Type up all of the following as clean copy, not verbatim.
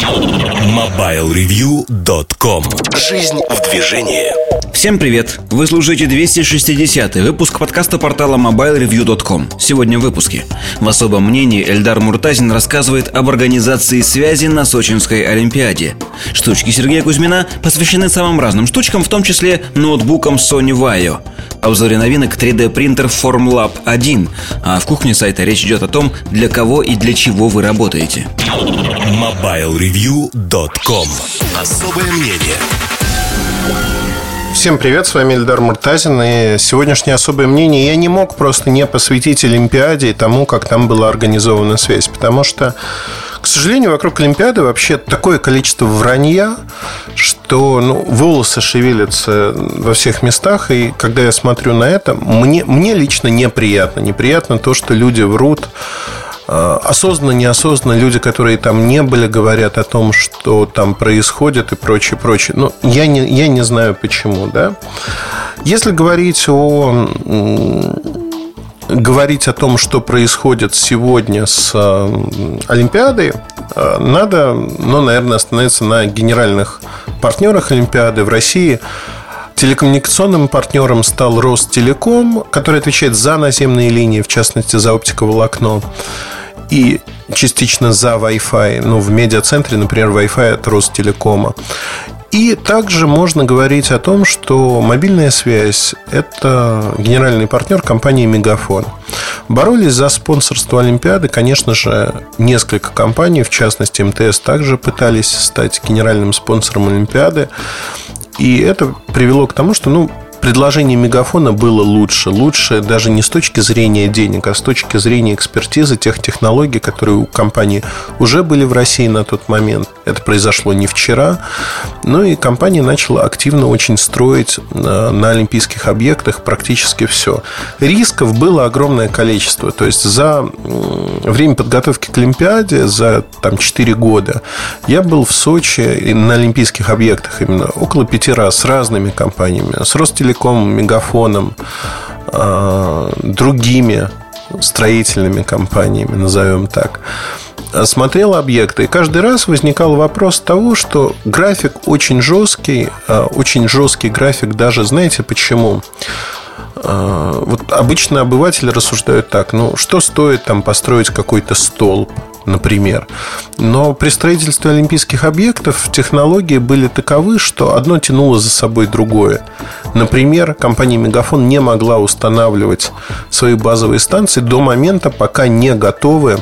MobileReview.com. Жизнь в движении. Всем привет! Вы слушаете 260-й выпуск подкаста портала MobileReview.com. Сегодня в выпуске. В особом мнении Эльдар Муртазин рассказывает об организации связи на Сочинской Олимпиаде. Штучки Сергея Кузьмина посвящены самым разным штучкам, в том числе ноутбукам Sony Vaio. В обзоре новинок 3D-принтер Formlab 1. А в кухне сайта речь идет о том, для кого и для чего вы работаете. MobileReview.com. Особое мнение. Всем привет, с вами Эльдар Муртазин. И сегодняшнее особое мнение я не мог просто не посвятить Олимпиаде и тому, как там была организована связь. Потому что, к сожалению, вокруг Олимпиады вообще такое количество вранья, что волосы шевелятся во всех местах. И когда я смотрю на это, мне лично неприятно. Неприятно то, что люди врут. Осознанно, неосознанно люди, которые там не были, говорят о том, что там происходит и прочее. Но я не знаю почему, да. Если говорить о том, что происходит сегодня с Олимпиадой, надо, наверное, остановиться на генеральных партнерах Олимпиады в России. Телекоммуникационным партнером стал Ростелеком, который отвечает за наземные линии, в частности, за оптиковолокно. И частично за Wi-Fi. В медиацентре, например, Wi-Fi от Ростелекома. И также можно говорить о том, что мобильная связь – это генеральный партнер компании «Мегафон». Боролись за спонсорство Олимпиады, конечно же, несколько компаний, в частности, МТС также пытались стать генеральным спонсором Олимпиады. И это привело к тому, что, предложение Мегафона было лучше. Лучше даже не с точки зрения денег, а с точки зрения экспертизы тех технологий, которые у компании уже были в России на тот момент. Это произошло не вчера. И компания начала активно очень строить на олимпийских объектах практически все. Рисков было огромное количество. То есть за время подготовки к Олимпиаде, за 4 года, я был в Сочи на олимпийских объектах именно около 5 раз с разными компаниями. С Ростелеком, Мегафоном, другими строительными компаниями, назовем так. Смотрел объекты, и каждый раз возникал вопрос того, что график очень жесткий график даже, знаете почему? Обычно обыватели рассуждают так: что стоит построить какой-то столб, например. Но при строительстве олимпийских объектов технологии были таковы, что одно тянуло за собой другое. Например, компания Мегафон не могла устанавливать свои базовые станции до момента, пока не готовы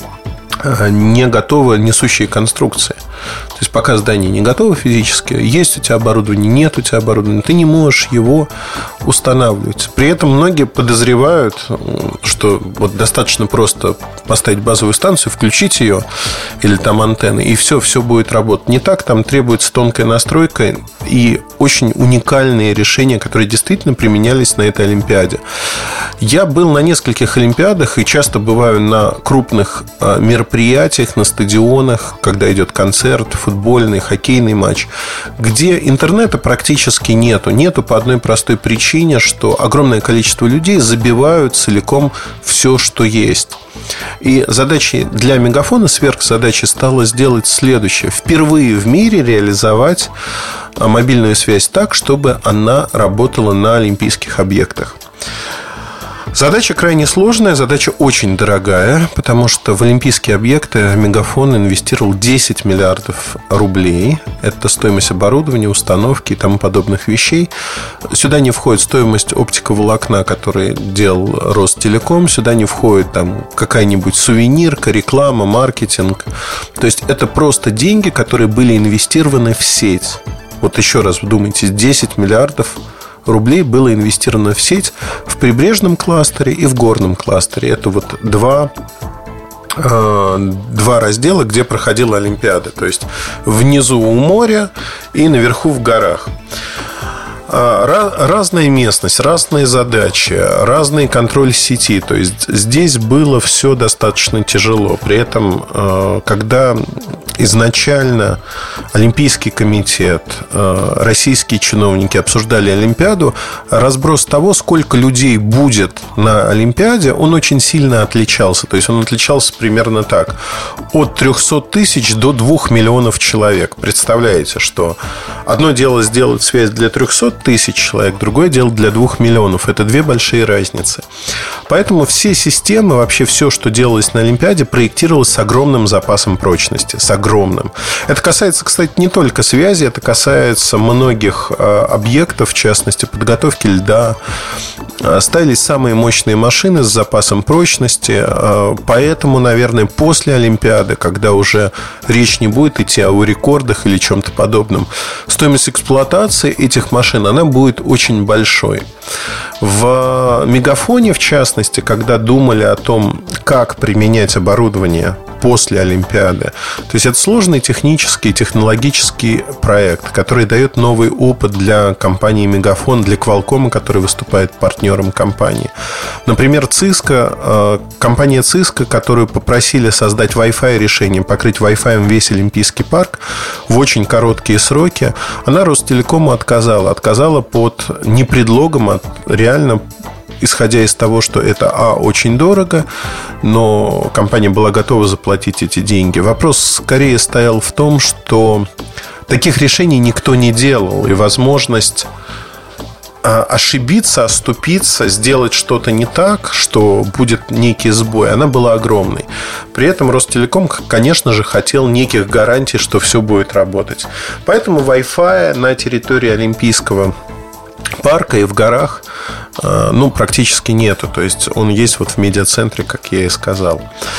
несущие конструкции. То есть пока здание не готово физически, есть у тебя оборудование, нет у тебя оборудования, ты не можешь его устанавливать. При этом многие подозревают, что достаточно просто поставить базовую станцию, включить ее или антенны, и все будет работать. Не так, там требуется тонкая настройка и очень уникальные решения, которые действительно применялись на этой Олимпиаде. Я был на нескольких Олимпиадах и часто бываю на крупных мероприятиях, на стадионах, когда идет концерт, футбольный, хоккейный матч, где интернета практически нету. Нету по одной простой причине, что огромное количество людей забивают целиком все, что есть. И задачей для Мегафона, сверхзадачей, стало сделать следующее: впервые в мире реализовать мобильную связь так, чтобы она работала на олимпийских объектах. Задача крайне сложная, задача очень дорогая, потому что в олимпийские объекты Мегафон инвестировал 10 миллиардов рублей. Это стоимость оборудования, установки и тому подобных вещей. Сюда не входит стоимость оптиковолокна, который делал Ростелеком. Сюда не входит какая-нибудь сувенирка, реклама, маркетинг. То есть это просто деньги, которые были инвестированы в сеть. Еще раз вдумайтесь, 10 миллиардов рублей было инвестировано в сеть в прибрежном кластере и в горном кластере. Это два раздела, где проходила Олимпиада. То есть внизу у моря и наверху в горах. Разная местность, разные задачи, разный контроль сети. То есть здесь было все достаточно тяжело. При этом, когда изначально Олимпийский комитет, российские чиновники обсуждали Олимпиаду, разброс того, сколько людей будет на Олимпиаде, он очень сильно отличался. То есть он отличался примерно так: от 300 тысяч до 2 миллионов человек. Представляете, что одно дело сделать связь для 300 тысяч человек, другое дело для 2 миллионов. Это две большие разницы. Поэтому все системы, вообще все, что делалось на Олимпиаде, проектировалось с огромным запасом прочности. С огромным. Это касается, кстати, не только связи, это касается многих объектов, в частности, подготовки льда. Ставились самые мощные машины с запасом прочности. Поэтому, наверное, после Олимпиады, когда уже речь не будет идти о рекордах или чем-то подобном, стоимость эксплуатации этих машин, она будет очень большой. В Мегафоне, в частности, когда думали о том, как применять оборудование после Олимпиады, то есть это сложный технический, технологический проект, который дает новый опыт для компании Мегафон, для Qualcomm, который выступает партнером компании. Например, Cisco, компания Cisco, которую попросили создать Wi-Fi решение, покрыть Wi-Fi весь Олимпийский парк в очень короткие сроки, она Ростелекому отказала. Отказала под непредлогом, а реально исходя из того, что это, очень дорого, но компания была готова заплатить эти деньги. Вопрос скорее стоял в том, что таких решений никто не делал, и возможность ошибиться, оступиться, сделать что-то не так, что будет некий сбой, она была огромной. При этом Ростелеком, конечно же, хотел неких гарантий, что все будет работать. Поэтому Wi-Fi на территории Олимпийского парка и в горах практически нету. То есть он есть вот в медиацентре, как я и сказал.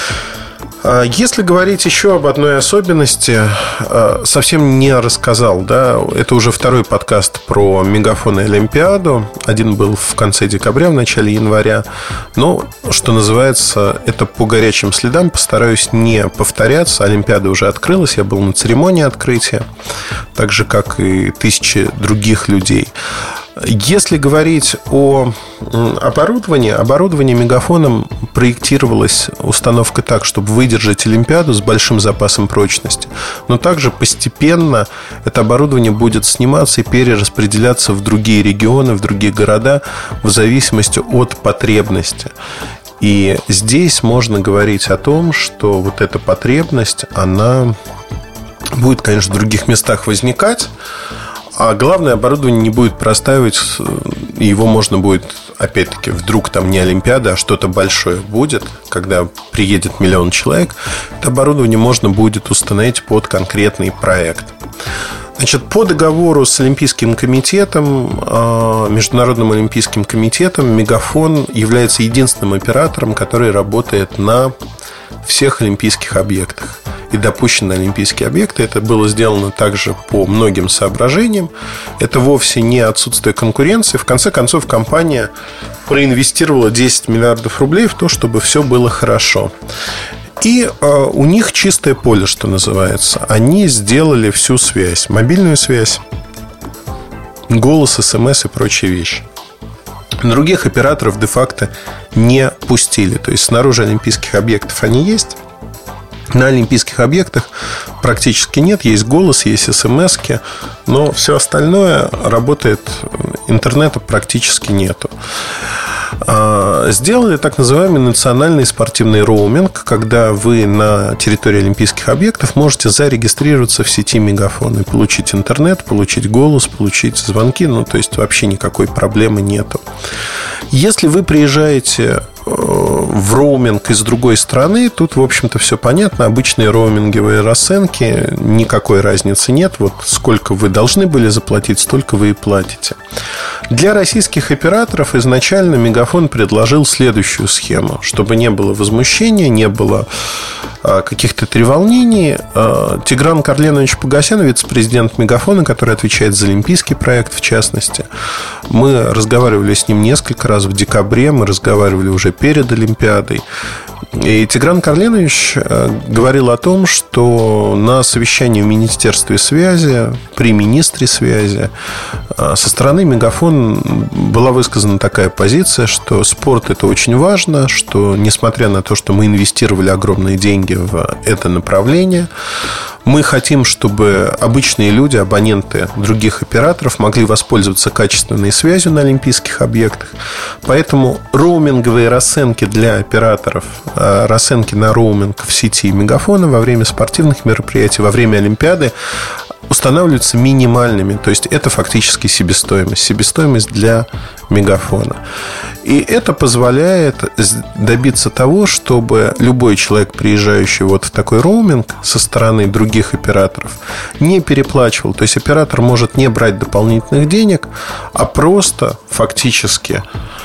Если говорить еще об одной особенности, совсем не рассказал, да, это уже второй подкаст про Мегафон и Олимпиаду. Один был в конце декабря, в начале января. Но, что называется, это по горячим следам. Постараюсь не повторяться. Олимпиада уже открылась, я был на церемонии открытия, так же, как и тысячи других людей. Если говорить о оборудовании Мегафоном проектировалась установка так, чтобы выдержать Олимпиаду с большим запасом прочности. Но также постепенно это оборудование будет сниматься и перераспределяться в другие регионы, в другие города в зависимости от потребности. И здесь можно говорить о том, что вот эта потребность, она будет, конечно, в других местах возникать. А главное, оборудование не будет простаивать, и его можно будет, опять-таки, вдруг там не Олимпиада, а что-то большое будет, когда приедет 1 миллион человек, это оборудование можно будет установить под конкретный проект. Значит, по договору с Олимпийским комитетом, Международным олимпийским комитетом, Мегафон является единственным оператором, который работает на всех олимпийских объектах и допущены олимпийские объекты. Это было сделано также по многим соображениям. Это вовсе не отсутствие конкуренции. В конце концов, компания проинвестировала 10 миллиардов рублей в то, чтобы все было хорошо. И у них чистое поле, что называется. Они сделали всю связь. Мобильную связь, голос, СМС и прочие вещи. Других операторов де-факто не пустили. То есть снаружи олимпийских объектов они есть. На олимпийских объектах практически нет. Есть голос, есть смс-ки, но все остальное работает. Интернета практически нету. Сделали так называемый национальный спортивный роуминг, когда вы на территории олимпийских объектов можете зарегистрироваться в сети Мегафон и получить интернет, получить голос, получить звонки. То есть вообще никакой проблемы нету. Если вы приезжаете в роуминг из другой страны, тут, в общем-то, все понятно. Обычные роуминговые расценки, никакой разницы нет. Вот сколько вы должны были заплатить, столько вы и платите. Для российских операторов изначально Мегафон предложил следующую схему. Чтобы не было возмущения, не было каких-то треволнений, Тигран Карленович Погосян, вице-президент Мегафона, который отвечает за олимпийский проект, в частности, мы разговаривали с ним несколько раз в декабре, мы разговаривали уже перед Олимпиадой. И Тигран Карленович говорил о том, что на совещании в Министерстве связи, при министре связи, со стороны Мегафон была высказана такая позиция, что спорт – это очень важно, что, несмотря на то, что мы инвестировали огромные деньги в это направление, Мы хотим, чтобы обычные люди, абоненты других операторов могли воспользоваться качественной связью на олимпийских объектах. Поэтому роуминговые расценки для операторов, расценки на роуминг в сети Мегафона во время спортивных мероприятий, во время Олимпиады устанавливаются минимальными. То есть это фактически себестоимость для Мегафона. И это позволяет добиться того, чтобы любой человек, приезжающий вот в такой роуминг со стороны других операторов, не переплачивал. То есть оператор может не брать дополнительных денег, а просто фактически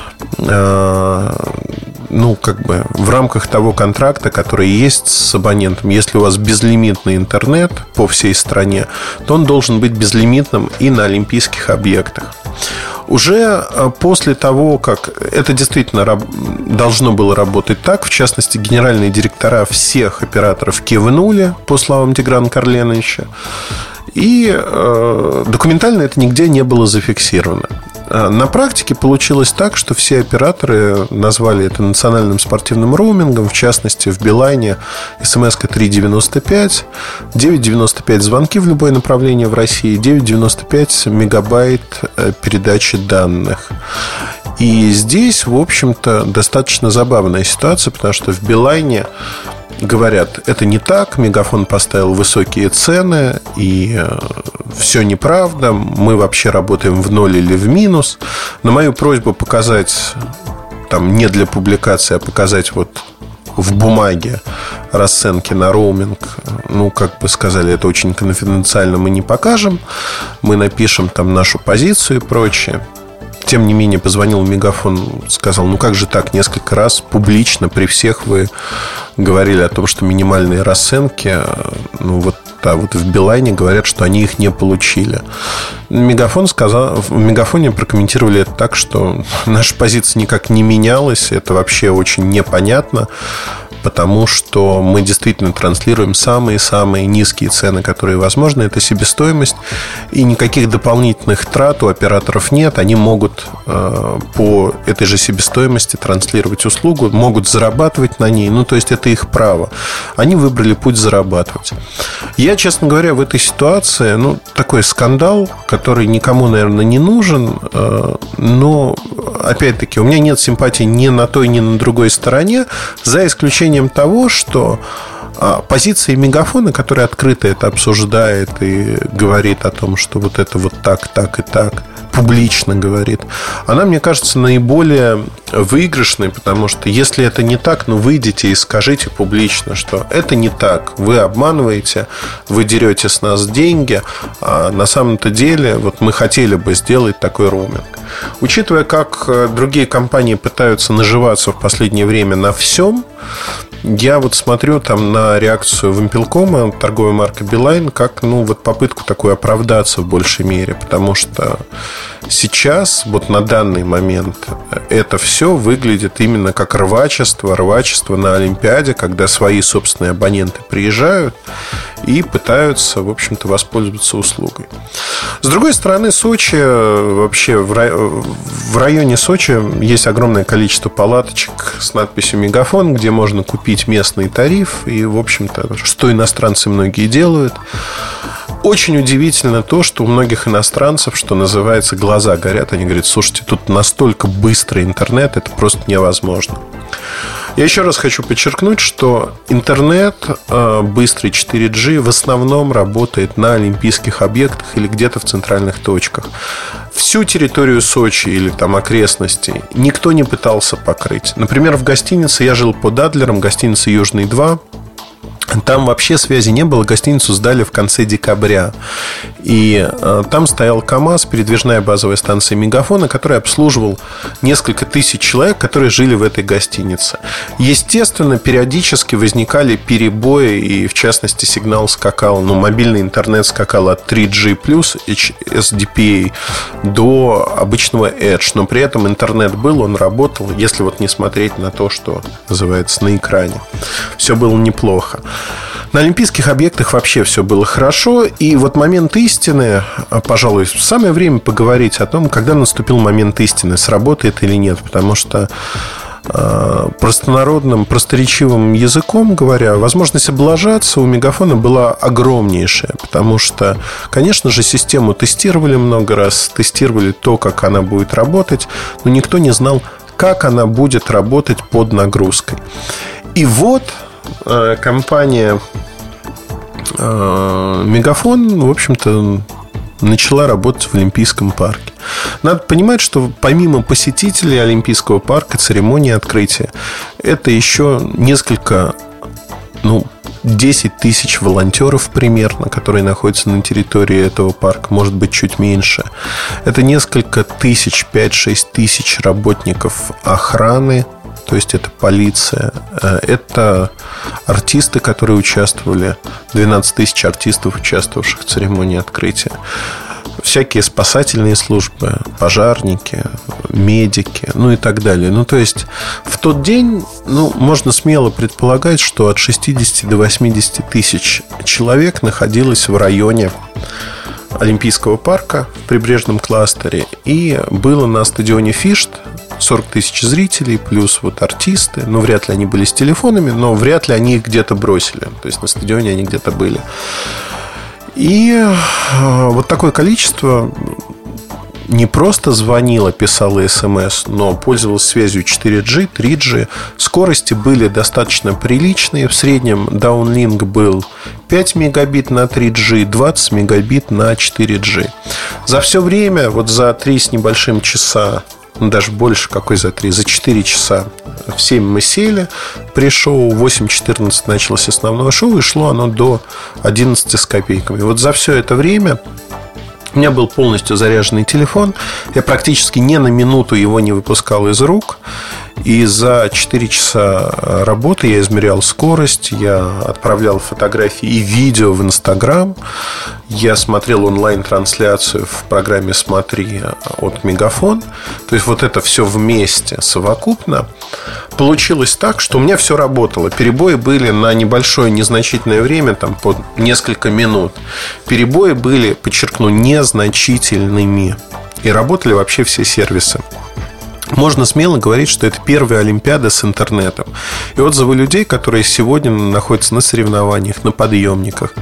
в рамках того контракта, который есть с абонентом. Если у вас безлимитный интернет по всей стране, то он должен быть безлимитным и на олимпийских объектах. Уже после того, как это действительно должно было работать так, в частности, генеральные директора всех операторов кивнули, по словам Тиграна Карленовича, и документально это нигде не было зафиксировано. На практике получилось так, что все операторы назвали это национальным спортивным роумингом. В частности, в Билайне смс-ка 3,95, 9,95 звонки в любое направление в России, 9,95 мегабайт передачи данных. И здесь, в общем-то, достаточно забавная ситуация, потому что в Билайне говорят, это не так, Мегафон поставил высокие цены, и все неправда, мы вообще работаем в ноль или в минус. На мою просьбу показать, там, не для публикации, а показать вот в бумаге расценки на роуминг, как бы сказали, это очень конфиденциально, мы не покажем. Мы напишем там нашу позицию и прочее. Тем не менее, позвонил в Мегафон, сказал, как же так, несколько раз публично при всех вы говорили о том, что минимальные расценки, вот в Билайне говорят, что они их не получили. В Мегафоне прокомментировали это так, что наша позиция никак не менялась, это вообще очень непонятно, потому что мы действительно транслируем самые-самые низкие цены, которые возможны. Это себестоимость, и никаких дополнительных трат у операторов нет. Они могут по этой же себестоимости транслировать услугу, могут зарабатывать на ней. То есть это их право. Они выбрали путь зарабатывать. Я, честно говоря, в этой ситуации, такой скандал, который никому, наверное, не нужен. Но, опять-таки, у меня нет симпатии ни на той, ни на другой стороне, за исключением того, что позиция Мегафона, которая открыто это обсуждает и говорит о том, что вот это вот так и так, публично говорит, она, мне кажется, наиболее выигрышной, потому что если это не так, выйдите и скажите публично, что это не так, вы обманываете, вы дерете с нас деньги, а на самом-то деле вот мы хотели бы сделать такой роуминг. Учитывая, как другие компании пытаются наживаться в последнее время на всем, я вот смотрю там на реакцию Вимпелкома, торговой марки Билайн, как, попытку такую оправдаться в большей мере, потому что сейчас, вот на данный момент, это все выглядит именно как рвачество на Олимпиаде, когда свои собственные абоненты приезжают и пытаются, в общем-то, воспользоваться услугой. С другой стороны, Сочи, вообще в районе Сочи есть огромное количество палаточек с надписью «Мегафон», где можно купить местный тариф. И, в общем-то, что иностранцы многие делают. Очень удивительно то, что у многих иностранцев, что называется, глаза горят. Они говорят, слушайте, тут настолько быстрый интернет, это просто невозможно. Я еще раз хочу подчеркнуть, что интернет быстрый 4G в основном работает на олимпийских объектах или где-то в центральных точках. Всю территорию Сочи или там окрестностей никто не пытался покрыть. Например, в гостинице, я жил под Адлером, гостиница «Южный 2». Там вообще связи не было, гостиницу сдали в конце декабря. И там стоял КАМАЗ, передвижная базовая станция Мегафона, который обслуживал несколько тысяч человек, которые жили в этой гостинице. Естественно, периодически возникали перебои, и в частности сигнал скакал, мобильный интернет скакал от 3G+, HSDPA, до обычного Edge. Но при этом интернет был, он работал, если вот не смотреть на то, что называется на экране. Все было неплохо. На олимпийских объектах вообще все было хорошо. И вот момент истины, пожалуй, самое время поговорить о том, когда наступил момент истины, сработает или нет. Потому что простонародным, просторечивым языком говоря, возможность облажаться у Мегафона была огромнейшая. Потому что, конечно же, систему тестировали много раз, тестировали то, как она будет работать, но никто не знал, как она будет работать под нагрузкой. И вот компания Мегафон, в общем-то, начала работать в Олимпийском парке. Надо понимать, что помимо посетителей Олимпийского парка, церемонии открытия, это еще несколько, 10 тысяч волонтеров примерно, которые находятся на территории этого парка, может быть, чуть меньше. Это несколько тысяч, 5-6 тысяч работников охраны, то есть это полиция, это артисты, которые участвовали, 12 тысяч артистов, участвовавших в церемонии открытия, всякие спасательные службы, пожарники, медики, и так далее. То есть в тот день, можно смело предполагать, что от 60 до 80 тысяч человек находилось в районе Олимпийского парка в прибрежном кластере. И было на стадионе Фишт 40 тысяч зрителей, плюс артисты. Вряд ли они были с телефонами, но вряд ли они их где-то бросили. То есть на стадионе они где-то были. И вот такое количество не просто звонило, писало СМС, но пользовалось связью 4G, 3G. Скорости были достаточно приличные. В среднем даунлинк был 5 мегабит на 3G, 20 мегабит на 4G. За все время, за 3 с небольшим часа, даже больше, за 3, за 4 часа в 7 мы сели при шоу, в 8:14 началось основное шоу, и шло оно до 11 с копейками. За все это время у меня был полностью заряженный телефон. Я практически ни на минуту его не выпускал из рук. И за 4 часа работы я измерял скорость, я отправлял фотографии и видео в Инстаграм, я смотрел онлайн-трансляцию в программе «Смотри» от Мегафон. То есть это все вместе, совокупно. Получилось так, что у меня все работало. Перебои были на небольшое, незначительное время, по несколько минут. Перебои были, подчеркну, незначительными. И работали вообще все сервисы. Можно смело говорить, что это первая Олимпиада с интернетом. И отзывы людей, которые сегодня находятся на соревнованиях, на подъемниках,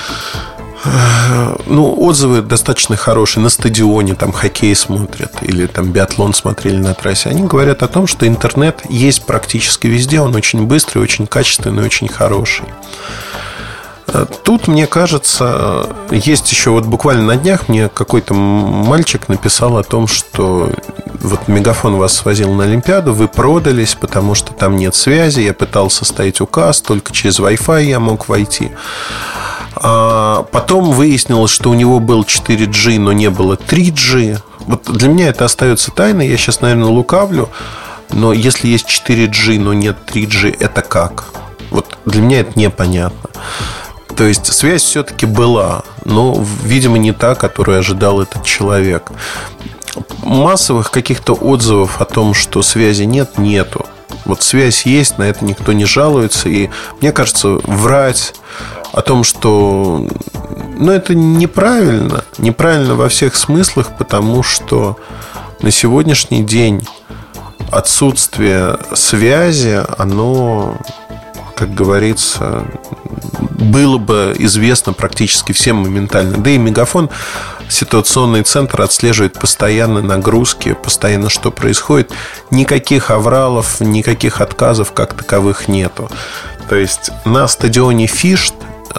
отзывы достаточно хорошие. На стадионе хоккей смотрят или биатлон смотрели на трассе. Они говорят о том, что интернет есть практически везде. Он очень быстрый, очень качественный, очень хороший. Тут, мне кажется, есть еще буквально на днях мне какой-то мальчик написал о том, что Мегафон вас свозил на Олимпиаду, вы продались, потому что там нет связи. Я пытался ставить указ, только через Wi-Fi я мог войти. А потом выяснилось, что у него был 4G, но не было 3G. Для меня это остается тайной. Я сейчас, наверное, лукавлю. Но если есть 4G, но нет 3G, это как? Для меня это непонятно. То есть связь все-таки была, но, видимо, не та, которую ожидал этот человек. Массовых каких-то отзывов о том, что связи нету. Связь есть, на это никто не жалуется. И мне кажется, врать о том, что это неправильно. Неправильно во всех смыслах, потому что на сегодняшний день отсутствие связи, оно, как говорится, было бы известно практически всем моментально. Да и Мегафон, ситуационный центр, отслеживает постоянно нагрузки, постоянно что происходит. Никаких авралов, никаких отказов как таковых нету. То есть на стадионе Фишт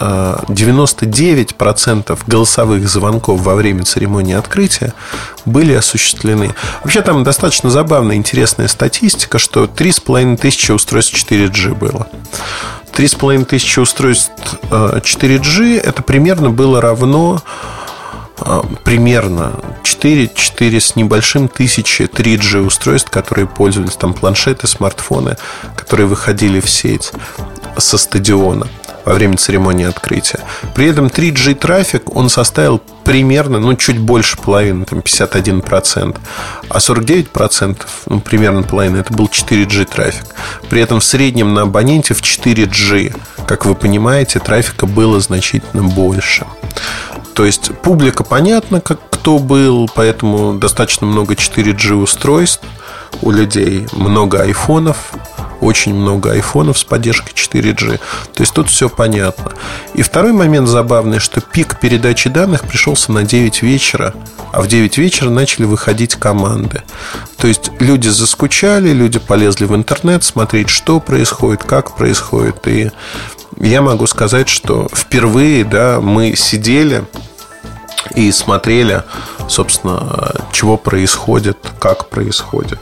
99% голосовых звонков во время церемонии открытия были осуществлены. Вообще там достаточно забавная, интересная статистика, что 3500 устройств 4G было. 3500 устройств 4G это примерно было равно примерно 4 с небольшим тысячи 3G устройств, которые пользовались, планшеты, смартфоны, которые выходили в сеть со стадиона во время церемонии открытия. При этом 3G трафик, он составил примерно, чуть больше половины, 51%. А 49%, примерно половина, это был 4G трафик. При этом в среднем на абоненте в 4G, как вы понимаете, трафика было значительно больше. То есть публика, понятно, кто кто был, поэтому достаточно много 4G устройств у людей, много айфонов, очень много айфонов с поддержкой 4G. То есть тут все понятно. И второй момент забавный, что пик передачи данных пришелся на 9 вечера, а в 9 вечера начали выходить команды. То есть люди заскучали, люди полезли в интернет смотреть, что происходит, как происходит. И я могу сказать, что впервые, да, мы сидели и смотрели, собственно, чего происходит, как происходит.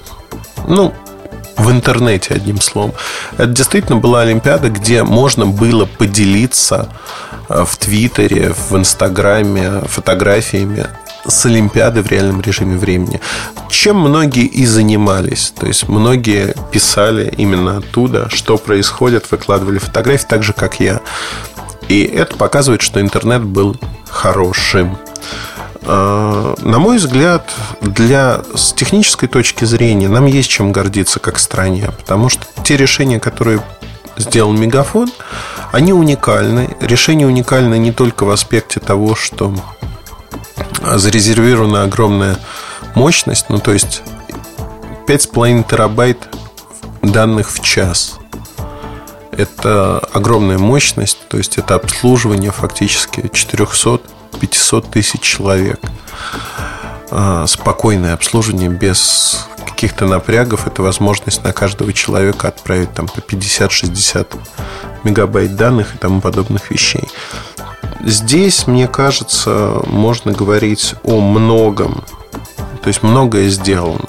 В интернете, одним словом. Это действительно была Олимпиада, где можно было поделиться в Твиттере, в Инстаграме фотографиями с Олимпиады в реальном режиме времени. Чем многие и занимались. То есть многие писали именно оттуда, что происходит, выкладывали фотографии, так же, как я. И это показывает, что интернет был хорошим. На мой взгляд, с технической точки зрения нам есть чем гордиться как стране, потому что те решения, которые сделал Мегафон, они уникальны. Решение уникально не только в аспекте того, что зарезервирована огромная мощность, то есть 5,5 терабайт данных в час. Это огромная мощность, то есть это обслуживание фактически 400-500 тысяч человек. Спокойное обслуживание без каких-то напрягов. Это возможность на каждого человека отправить там по 50-60 мегабайт данных и тому подобных вещей. Здесь, мне кажется, можно говорить о многом. То есть многое сделано.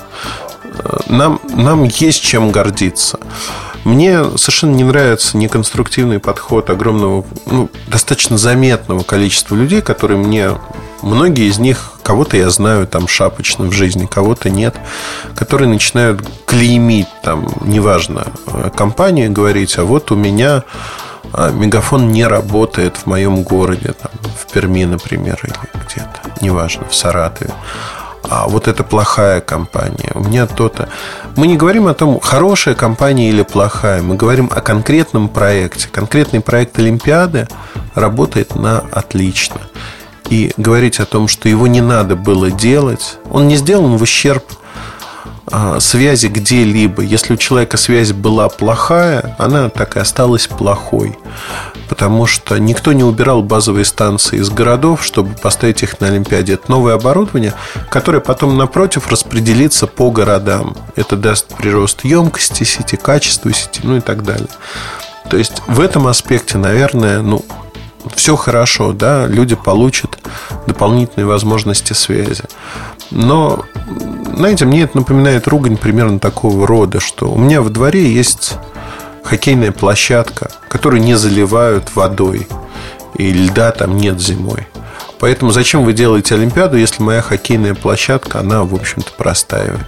Нам есть чем гордиться. Мне совершенно не нравится неконструктивный подход огромного, достаточно заметного количества людей, которые многие из них, кого-то я знаю там шапочно в жизни, кого-то нет, которые начинают клеймить там, неважно, компанию, говорить, а вот у меня Мегафон не работает в моем городе, там, в Перми, например, или где-то, неважно, в Саратове. А вот это плохая компания. У меня то-то. Мы не говорим о том, хорошая компания или плохая. Мы говорим о конкретном проекте. Конкретный проект Олимпиады работает на отлично. И говорить о том, что его не надо было делать, он не сделан в ущерб связи где-либо. Если у человека связь была плохая, она так и осталась плохой. Потому что никто не убирал базовые станции из городов, чтобы поставить их на Олимпиаде. Это новое оборудование, которое потом, напротив, распределится по городам. Это даст прирост емкости сети, качеству сети, и так далее. То есть в этом аспекте, наверное, все хорошо, да, люди получат дополнительные возможности связи. Но, знаете, мне это напоминает ругань примерно такого рода, что у меня во дворе есть хоккейная площадка, которую не заливают водой, и льда там нет зимой. Поэтому зачем вы делаете Олимпиаду, если моя хоккейная площадка, она, в общем-то, простаивает?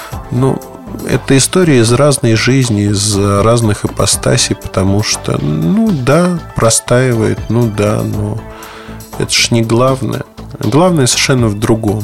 Это история из разной жизни, из разных ипостасей, потому что, да, простаивает, но это ж не главное. Главное совершенно в другом.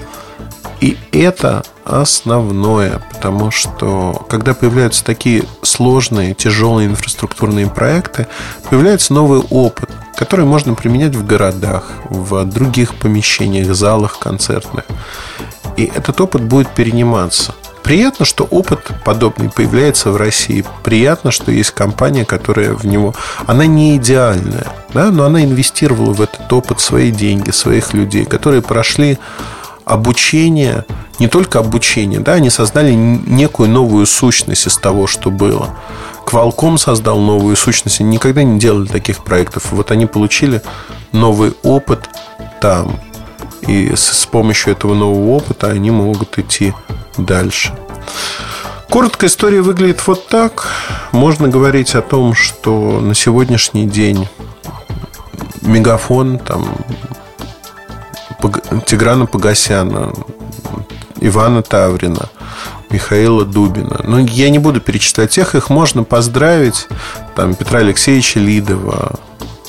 И это основное, потому что когда появляются такие сложные, тяжелые инфраструктурные проекты, появляется новый опыт, который можно применять в городах, в других помещениях, залах концертных. И этот опыт будет перениматься. Приятно, что опыт подобный появляется в России. Приятно, что есть компания, которая в него... Она не идеальная, да, но она инвестировала в этот опыт свои деньги, своих людей, которые прошли обучение, не только обучение, да, они создали некую новую сущность из того, что было. Qualcomm создал новую сущность, они никогда не делали таких проектов. Вот они получили новый опыт там. И с помощью этого нового опыта они могут идти дальше. Коротко история выглядит вот так. Можно говорить о том, что на сегодняшний день Мегафон, там, Тиграна Погосяна, Ивана Таврина, Михаила Дубина. Я не буду перечислять всех, их можно поздравить. Там, Петра Алексеевича Лидова,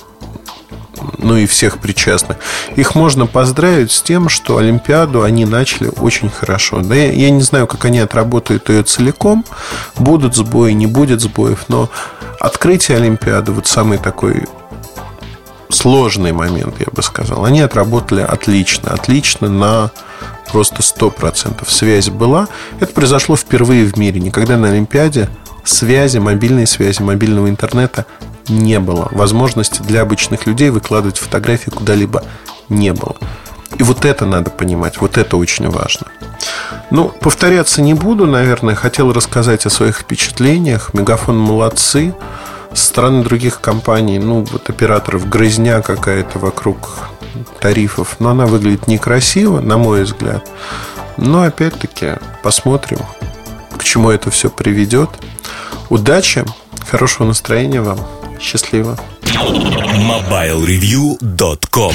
и всех причастных. Их можно поздравить с тем, что Олимпиаду они начали очень хорошо. Да, я не знаю, как они отработают ее целиком. Будут сбои, не будет сбоев. Но открытие Олимпиады, вот самый такой сложный момент, я бы сказал. Они отработали отлично. Отлично на просто 100%. Связь была. Это произошло впервые в мире. Никогда на Олимпиаде мобильной связи, мобильного интернета не было. Возможности для обычных людей выкладывать фотографии куда-либо не было. И вот это надо понимать. Вот это очень важно. Повторяться не буду, наверное. Хотел рассказать о своих впечатлениях. Мегафон молодцы. Со стороны других компаний, операторов, грызня какая-то вокруг тарифов. Но она выглядит некрасиво, на мой взгляд. Но опять-таки посмотрим, к чему это все приведет. Удачи, хорошего настроения вам. Счастливо. MobileReview.com